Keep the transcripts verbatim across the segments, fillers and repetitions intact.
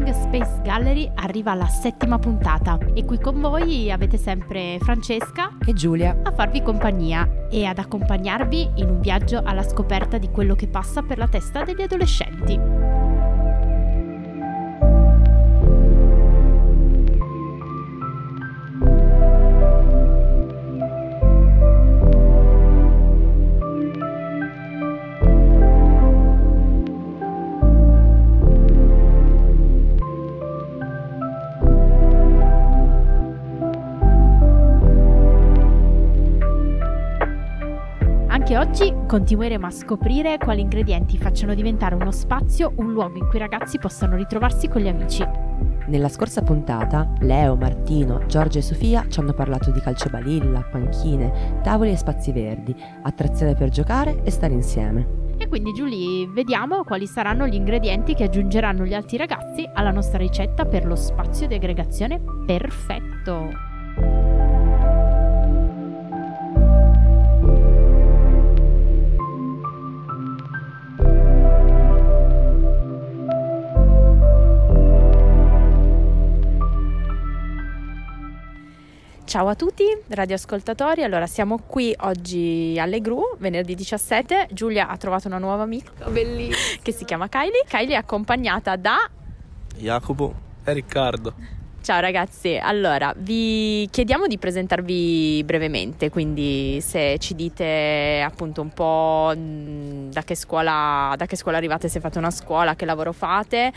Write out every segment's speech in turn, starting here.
Young Space Gallery arriva alla settima puntata e qui con voi avete sempre Francesca e Giulia a farvi compagnia e ad accompagnarvi in un viaggio alla scoperta di quello che passa per la testa degli adolescenti. Anche oggi continueremo a scoprire quali ingredienti facciano diventare uno spazio un luogo in cui i ragazzi possano ritrovarsi con gli amici. Nella scorsa puntata, Leo, Martino, Giorgia e Sofia ci hanno parlato di calciobalilla, panchine, tavoli e spazi verdi, attrazione per giocare e stare insieme. E quindi Giulia, vediamo quali saranno gli ingredienti che aggiungeranno gli altri ragazzi alla nostra ricetta per lo spazio di aggregazione perfetto. Ciao a tutti radioascoltatori, allora siamo qui oggi alle Gru, venerdì diciassette. Giulia ha trovato una nuova amica bellissima che si chiama Kylie. Kylie è accompagnata da Jacopo e Riccardo. Ciao ragazzi, allora vi chiediamo di presentarvi brevemente, quindi se ci dite appunto un po' da che scuola, da che scuola arrivate, se fate una scuola, che lavoro fate,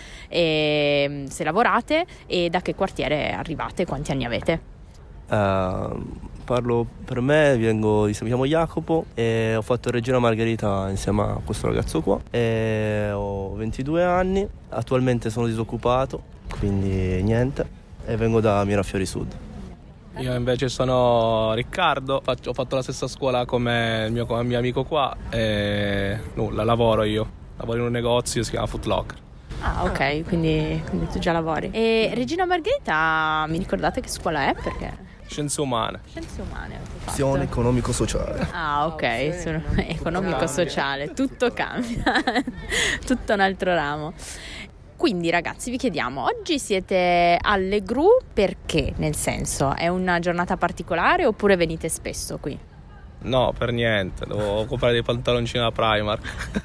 e se lavorate e da che quartiere arrivate, quanti anni avete. Uh, parlo per me, vengo, mi chiamo Jacopo e ho fatto Regina Margherita insieme a questo ragazzo qua e ho ventidue anni, attualmente sono disoccupato, quindi niente, e vengo da Mirafiori Sud. Io invece sono Riccardo, faccio, ho fatto la stessa scuola come il mio, come il mio amico qua e nulla, lavoro io, lavoro in un negozio, si chiama Foot Locker. Ah, ok, quindi, quindi tu già lavori. E Regina Margherita, mi ricordate che scuola è? Perché? Scienze umane. Scienze umane avete fatto. Azione economico-sociale. Ah, ok, sono economico-sociale, tutto cambia, tutto un altro ramo. Quindi ragazzi vi chiediamo, oggi siete alle Gru perché? Nel senso, è una giornata particolare oppure venite spesso qui? No, per niente, devo comprare dei pantaloncini da Primark.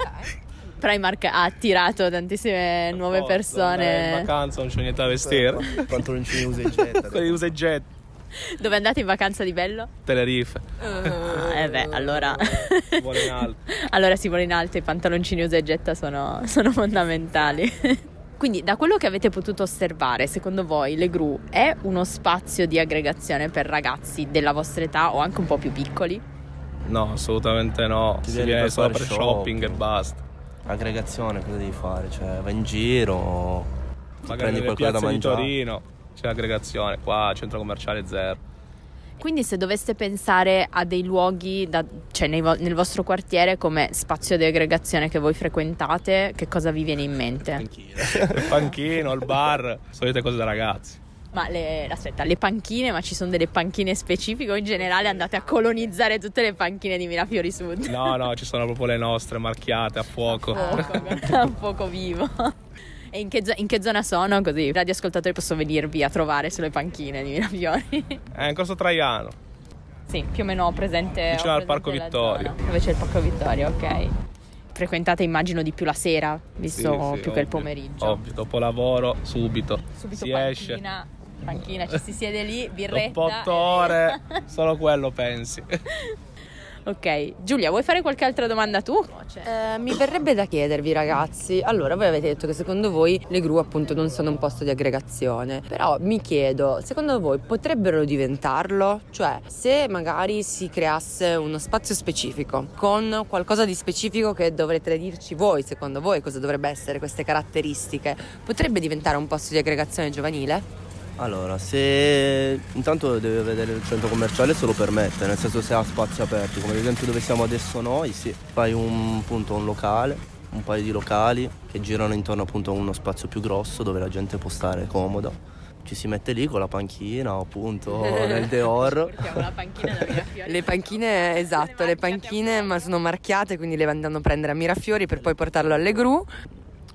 Primark ha attirato tantissime nuove Forza, persone. In vacanza non c'è niente da vestire. Pantaloncini usa e getta. Quelli usa e getta. Dove andate in vacanza di bello? Tenerife. Uh, eh beh, allora Vuole in alto. Allora si vuole in alto, i pantaloncini usa e getta sono, sono fondamentali. Quindi da quello che avete potuto osservare, secondo voi le Gru è uno spazio di aggregazione per ragazzi della vostra età o anche un po' più piccoli? No, assolutamente no. Si, si viene per solo per shopping. shopping e basta. Aggregazione, cosa devi fare? Cioè, vai in giro, ti Magari prendi nelle qualcosa da piazze di mangiare. Torino c'è aggregazione, qua centro commerciale zero. Quindi se doveste pensare a dei luoghi, da, cioè nei vo- nel vostro quartiere come spazio di aggregazione che voi frequentate, che cosa vi viene in mente? Il panchino, il bar, solite cose da ragazzi. Ma le, aspetta, le panchine, ma ci sono delle panchine specifiche o in generale andate a colonizzare tutte le panchine di Mirafiori Sud? No, no, ci sono proprio le nostre marchiate a fuoco. A fuoco, a fuoco vivo. E in che, in che zona sono? Così i radioascoltatori possono venirvi a trovare sulle panchine di Mirafiori. È in Corso Traiano. Sì, più o meno ho presente. Vicino ho al presente Parco la Vittorio. zona. Dove c'è il Parco Vittorio, ok. Frequentate immagino di più la sera, visto Sì, sì, più ovvio, che il pomeriggio. Ovvio, dopo lavoro, subito. Subito si panchina, esce. panchina, ci si siede lì, birretta. Dopo otto ore, solo quello pensi. Ok, Giulia, vuoi fare qualche altra domanda tu? Eh, mi verrebbe da chiedervi ragazzi, allora voi avete detto che secondo voi le Gru appunto non sono un posto di aggregazione, però mi chiedo, secondo voi potrebbero diventarlo? Cioè, se magari si creasse uno spazio specifico con qualcosa di specifico che dovrete dirci voi, secondo voi cosa dovrebbe essere queste caratteristiche, potrebbe diventare un posto di aggregazione giovanile? Allora, se intanto deve vedere il centro commerciale se lo permette, nel senso se ha spazi aperti, come ad esempio dove siamo adesso noi, sì, fai un, appunto, un locale, un paio di locali che girano intorno appunto a uno spazio più grosso dove la gente può stare comoda. Ci si mette lì con la panchina appunto nel Deor. Portiamo la panchina da Mirafiori. Le panchine, esatto, le panchine ma sono marchiate, quindi le vanno a prendere a Mirafiori per poi portarlo alle Gru.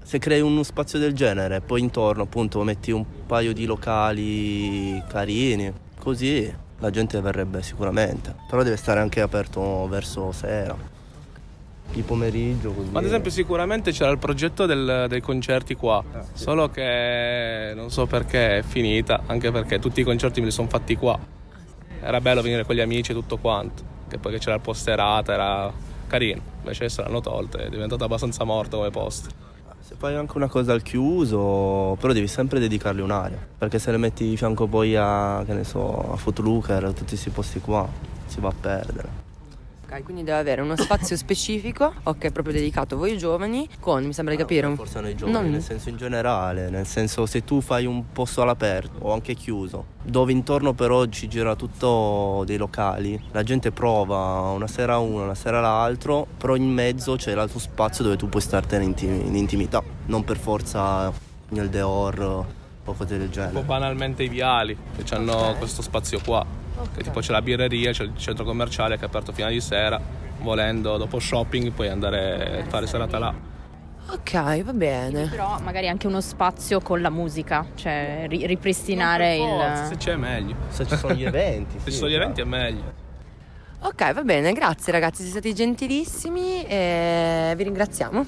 Se crei uno spazio del genere, poi intorno appunto metti un paio di locali carini, così la gente verrebbe sicuramente. Però deve stare anche aperto verso sera, di pomeriggio così. Ad esempio sicuramente c'era il progetto del, dei concerti qua, ah, sì. Solo che non so perché è finita, anche perché tutti i concerti me li sono fatti qua. Era bello venire con gli amici e tutto quanto, che poi che c'era il posterata, era carino. Invece adesso l'hanno tolto, è diventato abbastanza morto come posto. Se fai anche una cosa al chiuso, però devi sempre dedicargli un'area, perché se le metti di fianco poi a, che ne so, a Footlooker, a tutti questi posti qua, si va a perdere. Ok, quindi deve avere uno spazio specifico, ok, proprio dedicato a voi giovani, con, mi sembra di capire, un... forse noi giovani, non... nel senso in generale, nel senso se tu fai un posto all'aperto o anche chiuso, dove intorno però ci gira tutto dei locali, la gente prova una sera uno, una sera l'altro, però in mezzo c'è l'altro spazio dove tu puoi startene in, intim- in intimità, non per forza nel Deor o cose del genere. Tipo banalmente i viali, che hanno okay. questo spazio qua. Okay. Che tipo c'è la birreria, c'è il centro commerciale che è aperto fino a di sera, volendo dopo shopping puoi andare a fare serata là. Ok, va bene. Però magari anche uno spazio con la musica, cioè ri- ripristinare il... Se c'è è meglio. Se ci sono gli eventi. Se sì, ci sono gli eventi è meglio. Ok, va bene, grazie ragazzi, siete stati gentilissimi e vi ringraziamo.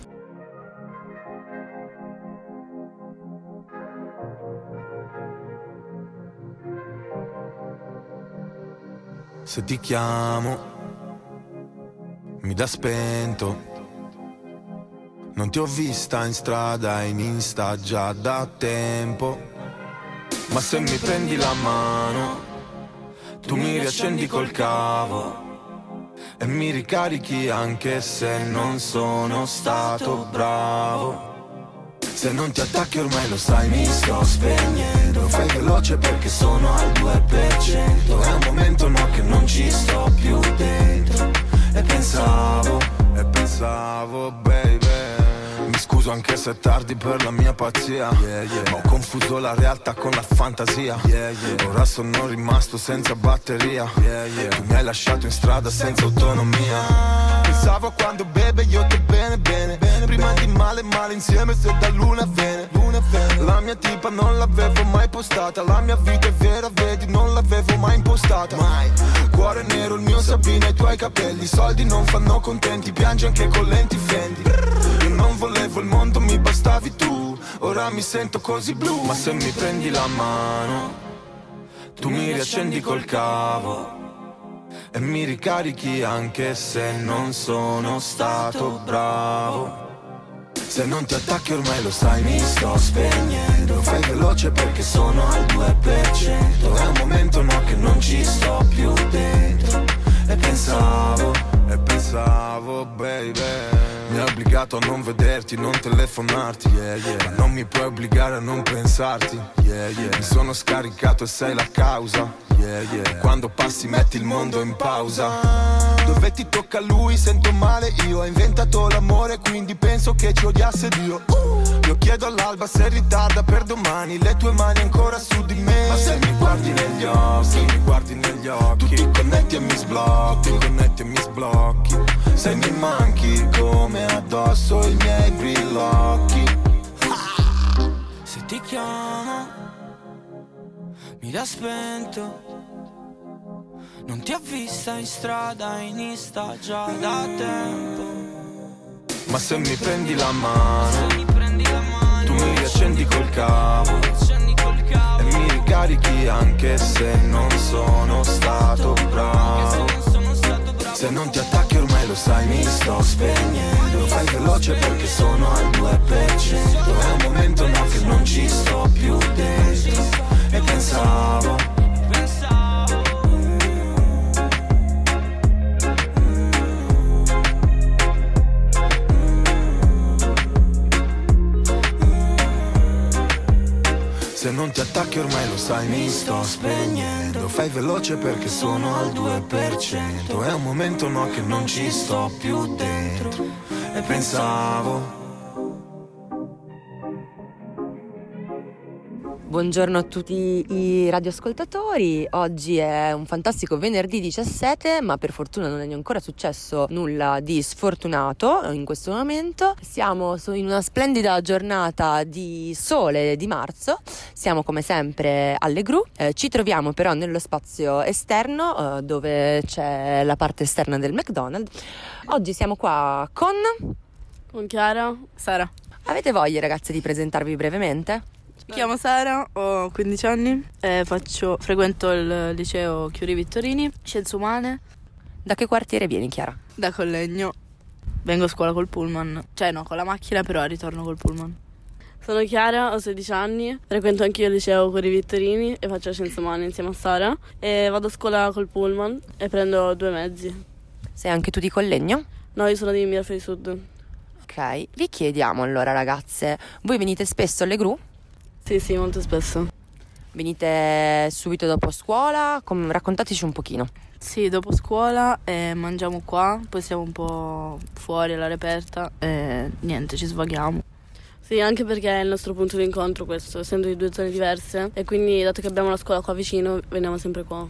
Se ti chiamo, mi dà spento. Non ti ho vista in strada, in Insta già da tempo. Ma se mi prendi la mano, tu mi riaccendi col cavo e mi ricarichi anche se non sono stato bravo. Se non ti attacchi ormai lo sai, mi sto spegnendo. Fai veloce perché sono al due per cento. È un momento no che non ci sto più dentro. E pensavo, e pensavo baby, mi scuso anche se è tardi per la mia pazzia, yeah, yeah. Ma ho confuso la realtà con la fantasia, yeah, yeah. Ora sono rimasto senza batteria, yeah, yeah. Tu mi hai lasciato in strada senza autonomia. Pensavo a quando beve io te bene bene, bene prima bene. Di male male insieme se da luna viene, luna viene. La mia tipa non l'avevo mai postata, la mia vita è vera vedi non l'avevo mai impostata, mai. Cuore nero il mio Sabina e i tuoi capelli, i soldi non fanno contenti, piangi anche con lenti Fendi. Io non volevo il mondo, mi bastavi tu, ora mi sento così blu. Ma se mi prendi la mano, tu mi riaccendi col cavo e mi ricarichi anche se non sono stato bravo. Se non ti attacchi ormai lo sai, mi sto spegnendo. Fai veloce perché sono al due per cento. È un momento no che non ci sto più dentro. E pensavo, e pensavo baby, mi hai obbligato a non vederti, non telefonarti, yeah, yeah. Ma non mi puoi obbligare a non pensarti, yeah, yeah. Mi sono scaricato e sei la causa, yeah, yeah. Quando passi metti il mondo in pausa. Dove ti tocca lui sento male io. Ho inventato l'amore quindi penso che ci odiasse Dio. uh, Io chiedo all'alba se ritarda per domani, le tue mani ancora su di me. Ma se mi guardi negli occhi, se mi guardi negli occhi, tu ti connetti e mi sblocchi, ti connetti e mi sblocchi. Se mi manchi come addosso i miei brillocchi. Se ti chiamo mi dà spento. Non ti ho vista in strada, in Insta già da tempo. Ma se mi prendi la mano, tu mi riaccendi col cavo e mi ricarichi anche se non sono stato bravo. Se non ti attacchi ormai lo sai, mi sto spegnendo. Fai veloce perché sono al due per cento. È un momento no che non ci sto più dentro. E pensavo, se non ti attacchi ormai lo sai, mi sto spegnendo. Fai veloce perché sono al due per cento. È un momento no che non ci sto più dentro. E pensavo, Buongiorno a tutti i radioascoltatori, oggi è un fantastico venerdì diciassette, ma per fortuna non è ancora successo nulla di sfortunato in questo momento. Siamo in una splendida giornata di sole di marzo, siamo come sempre alle Gru, eh, ci troviamo però nello spazio esterno eh, dove c'è la parte esterna del McDonald's. Oggi siamo qua con... Con Chiara, Sara. Avete voglia ragazze di presentarvi brevemente? Mi chiamo Sara, ho quindici anni, e faccio, frequento il liceo Chiuri Vittorini, Scienze Umane. Da che quartiere vieni, Chiara? Da Collegno. Vengo a scuola col pullman, cioè no, con la macchina, però ritorno col pullman. Sono Chiara, ho sedici anni, frequento anch'io il liceo Chiuri Vittorini e faccio Scienze Umane insieme a Sara. E vado a scuola col pullman e prendo due mezzi. Sei anche tu di Collegno? No, io sono di Miraflores Sud. Ok, vi chiediamo allora ragazze, voi venite spesso alle Gru? Sì, sì, molto spesso. Venite subito dopo scuola? Com- raccontateci un pochino. Sì, dopo scuola eh, mangiamo qua, poi siamo un po' fuori all'aria aperta e niente, ci svaghiamo. Sì, anche perché è il nostro punto di incontro questo, essendo di due zone diverse, e quindi dato che abbiamo la scuola qua vicino, veniamo sempre qua.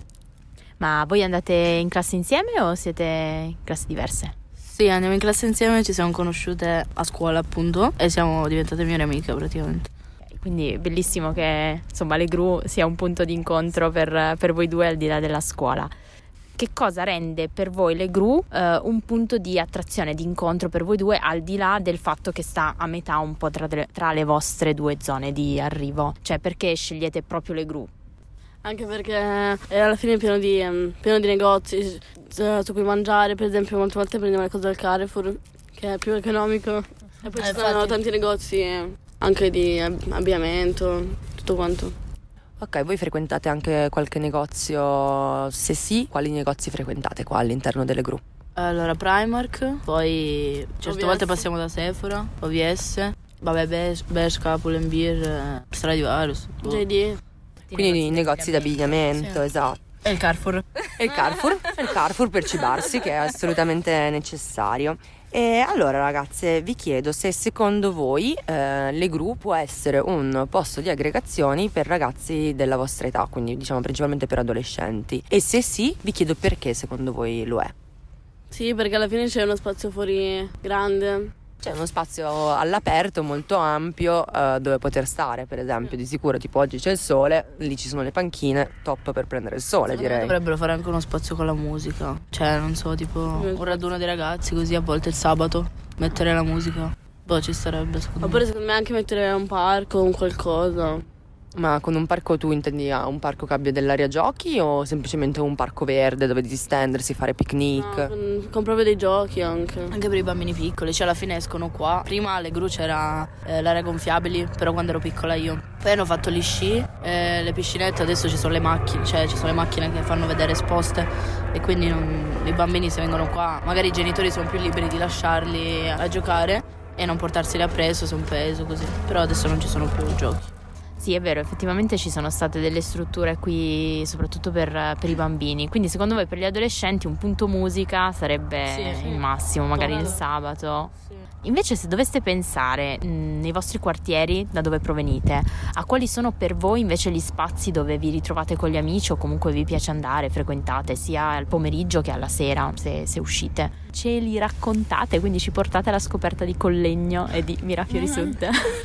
Ma voi andate in classe insieme o siete in classi diverse? Sì, andiamo in classe insieme, ci siamo conosciute a scuola appunto e siamo diventate migliori amiche praticamente. Quindi bellissimo che insomma le Gru sia un punto di incontro per, per voi due al di là della scuola. Che cosa rende per voi le Gru eh, un punto di attrazione, di incontro per voi due al di là del fatto che sta a metà un po' tra, tra le vostre due zone di arrivo? Cioè perché scegliete proprio le Gru? Anche perché è alla fine pieno di, um, pieno di negozi su cui mangiare, per esempio molte volte prendiamo le cose al Carrefour che è più economico e poi eh, ci sono infatti. tanti negozi anche di abbigliamento, tutto quanto. Ok, voi frequentate anche qualche negozio? Se sì, quali negozi frequentate qua all'interno delle Gru? Allora Primark, poi certe O V S. Volte passiamo da Sephora, O V S, vabbè Bershka, Pull&Bear, Stradivarius, J D. Quindi i negozi d'abbigliamento, sì. Esatto. E il Carrefour. E il Carrefour, il Carrefour per cibarsi, che è assolutamente necessario. E allora ragazze, vi chiedo se secondo voi eh, le Gru può essere un posto di aggregazioni per ragazzi della vostra età, quindi diciamo principalmente per adolescenti, e se sì, vi chiedo perché secondo voi lo è. Sì, perché alla fine c'è uno spazio fuori grande. C'è uno spazio all'aperto molto ampio eh, dove poter stare, per esempio, di sicuro, tipo oggi c'è il sole, lì ci sono le panchine, top per prendere il sole, Secondo direi. Me dovrebbero fare anche uno spazio con la musica, cioè non so, tipo un raduno dei ragazzi, così a volte il sabato mettere la musica, poi ci starebbe secondo Oppure me. secondo me anche mettere un parco, un qualcosa. Ma con un parco tu intendi ah, un parco che abbia dell'area giochi o semplicemente un parco verde dove distendersi, fare picnic? No, con, con proprio dei giochi anche. Anche per i bambini piccoli, cioè alla fine escono qua. Prima alle Gru c'era eh, l'area gonfiabili, però quando ero piccola io. Poi hanno fatto gli sci, eh, le piscinette, adesso ci sono le macchine, cioè ci sono le macchine che fanno vedere esposte e quindi non, i bambini se vengono qua, magari i genitori sono più liberi di lasciarli a giocare e non portarseli appresso se è un peso così. Però adesso non ci sono più giochi. Sì, è vero, effettivamente ci sono state delle strutture qui soprattutto per, per i bambini, quindi secondo voi per gli adolescenti un punto musica sarebbe sì, il massimo, magari il sabato. Sì. Invece se doveste pensare mh, nei vostri quartieri da dove provenite, a quali sono per voi invece gli spazi dove vi ritrovate con gli amici o comunque vi piace andare, frequentate sia al pomeriggio che alla sera se, se uscite? Ce li raccontate, quindi ci portate alla scoperta di Collegno e di Miraflores Sud?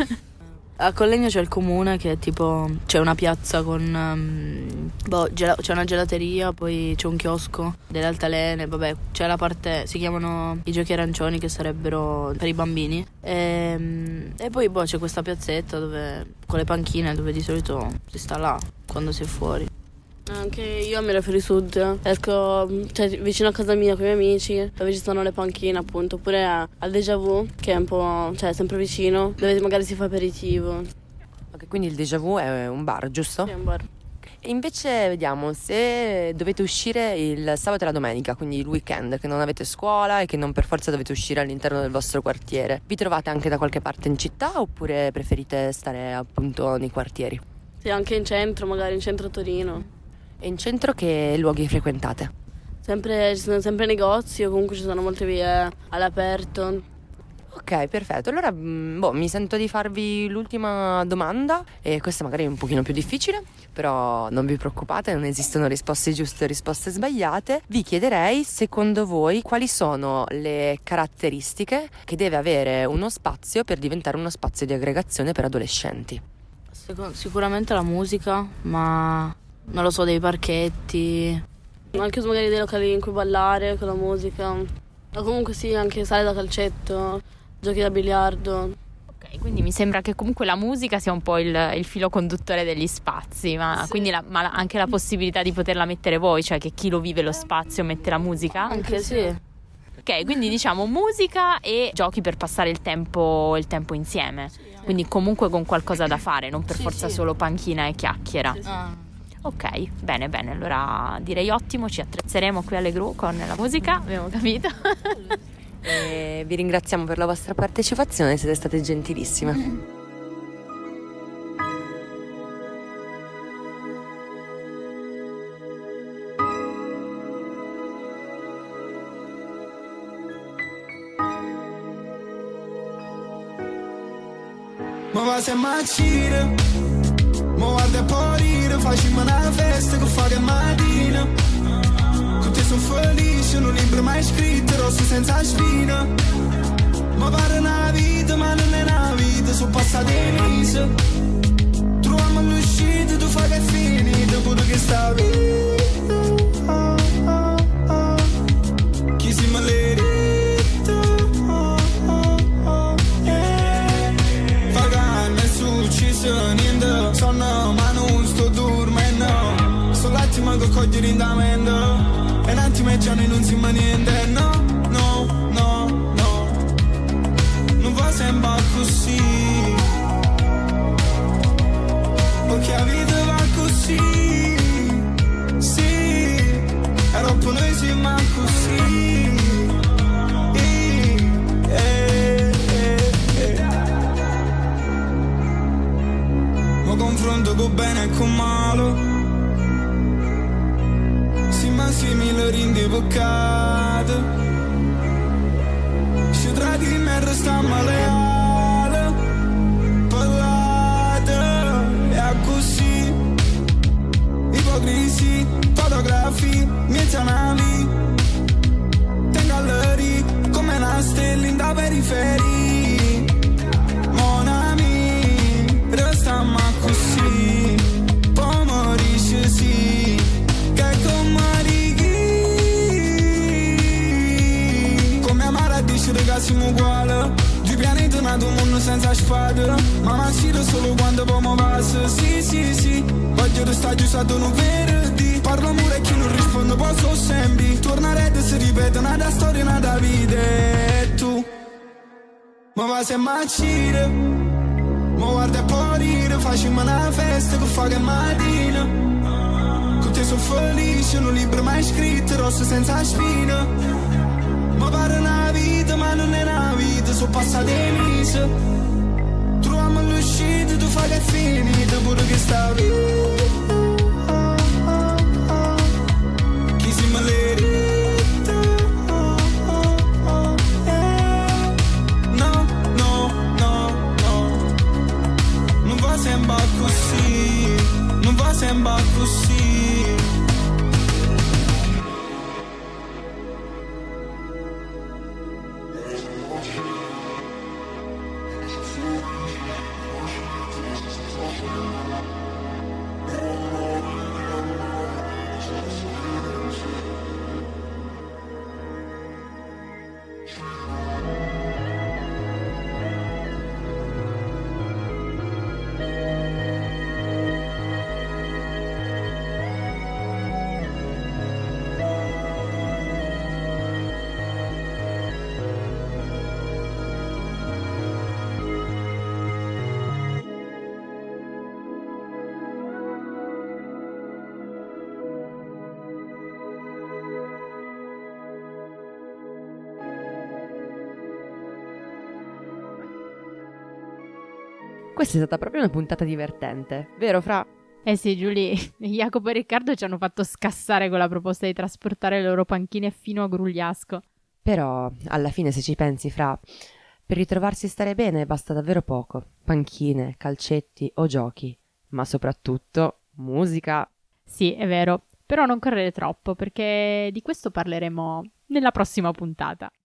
A Collegno c'è il comune che è tipo c'è una piazza con um, boh, gel- c'è una gelateria, poi c'è un chiosco delle altalene, vabbè, c'è la parte, si chiamano i giochi arancioni che sarebbero per i bambini e, e poi boh, c'è questa piazzetta dove con le panchine dove di solito si sta là quando si è fuori. Anche io a Miraflores Sud esco, cioè, vicino a casa mia con i miei amici dove ci sono le panchine appunto, oppure al Déjà Vu che è un po', cioè sempre vicino, dove magari si fa aperitivo. Ok, quindi il Déjà Vu è un bar, giusto? Sì, è un bar. E invece vediamo, se dovete uscire il sabato e la domenica, quindi il weekend, che non avete scuola e che non per forza dovete uscire all'interno del vostro quartiere, vi trovate anche da qualche parte in città oppure preferite stare appunto nei quartieri? Sì, anche in centro, magari in centro a Torino. E in centro che luoghi frequentate? Sempre, ci sono sempre negozi o comunque ci sono molte vie all'aperto. Ok, perfetto. Allora, mh, boh, mi sento di farvi l'ultima domanda e questa magari è un pochino più difficile, però non vi preoccupate, non esistono risposte giuste o risposte sbagliate. Vi chiederei, secondo voi, quali sono le caratteristiche che deve avere uno spazio per diventare uno spazio di aggregazione per adolescenti? Sic- sicuramente la musica, ma non lo so, dei parchetti, anche magari dei locali in cui ballare con la musica, o comunque sì, anche sale da calcetto, giochi da biliardo. Ok, quindi mi sembra che comunque la musica sia un po' il, il filo conduttore degli spazi, ma Sì. quindi la, ma la- anche la possibilità di poterla mettere voi, cioè che chi lo vive lo spazio mette la musica? Anche sì. Ok, quindi diciamo musica e giochi per passare il tempo, il tempo insieme, quindi comunque con qualcosa da fare, non per Sì, forza sì. solo panchina e chiacchiera. Ah. Ok, bene, bene, allora direi ottimo, ci attrezzeremo qui alle gru con la musica, abbiamo capito. E vi ringraziamo per la vostra partecipazione, siete state gentilissime. Ma va se macire, ma guarda parire, facciamo una festa che fa che mattina. Con te sono felice, un libro mai scritto, rosso senza spina. Ma pare una vita, ma non è una vita, sono passate mesi. Troviamo l'uscita, tu fai che è finita, pure che sta vita. Oh, oh, oh. Chi si malera? Niente, sonno ma non sto dormendo. Sto l'attimo che cogliere in da mente e un attimo e già non si ma niente. No, no, no, no. Non va sempre così, perché la vita va così. Sì, e dopo noi siamo così. Confronto con bene e con male, sì ma simile rinde peccato. Ci trati di me resta maleale, parlate e così. Ipocrisi, fotografi, miei canali, te gallerie come una stella in da periferia. Restiamo così, poi morisce sì, che comarichi. Come amare a dice che siamo uguali, di pianeta nato un mondo senza spade. Ma nascere solo quando poi mi passa, sì sì sì. Voglio restare usato un venerdì, parlo amore e chi non risponde poi so sempre. Tornare e si ripete, nada storia, nada vita. E tu, ma va se macire. Ma guarda parire, facciamo una festa che fa che mattina. Con te sono felice, un libro mai scritto, rosso senza spina. Ma pare una vita, ma non è una vita, sono passate mesi. Troviamo l'uscita, tu fai che è finita, pure che sta vita. Chi si malera? Sembra così, non va sembra così. Questa è stata proprio una puntata divertente, vero Fra? Eh sì, Giulia, Jacopo e Riccardo ci hanno fatto scassare con la proposta di trasportare le loro panchine fino a Grugliasco. Però alla fine se ci pensi Fra, Per ritrovarsi e stare bene basta davvero poco. Panchine, calcetti o giochi, ma soprattutto musica. Sì, è vero, però non correre troppo perché di questo parleremo nella prossima puntata.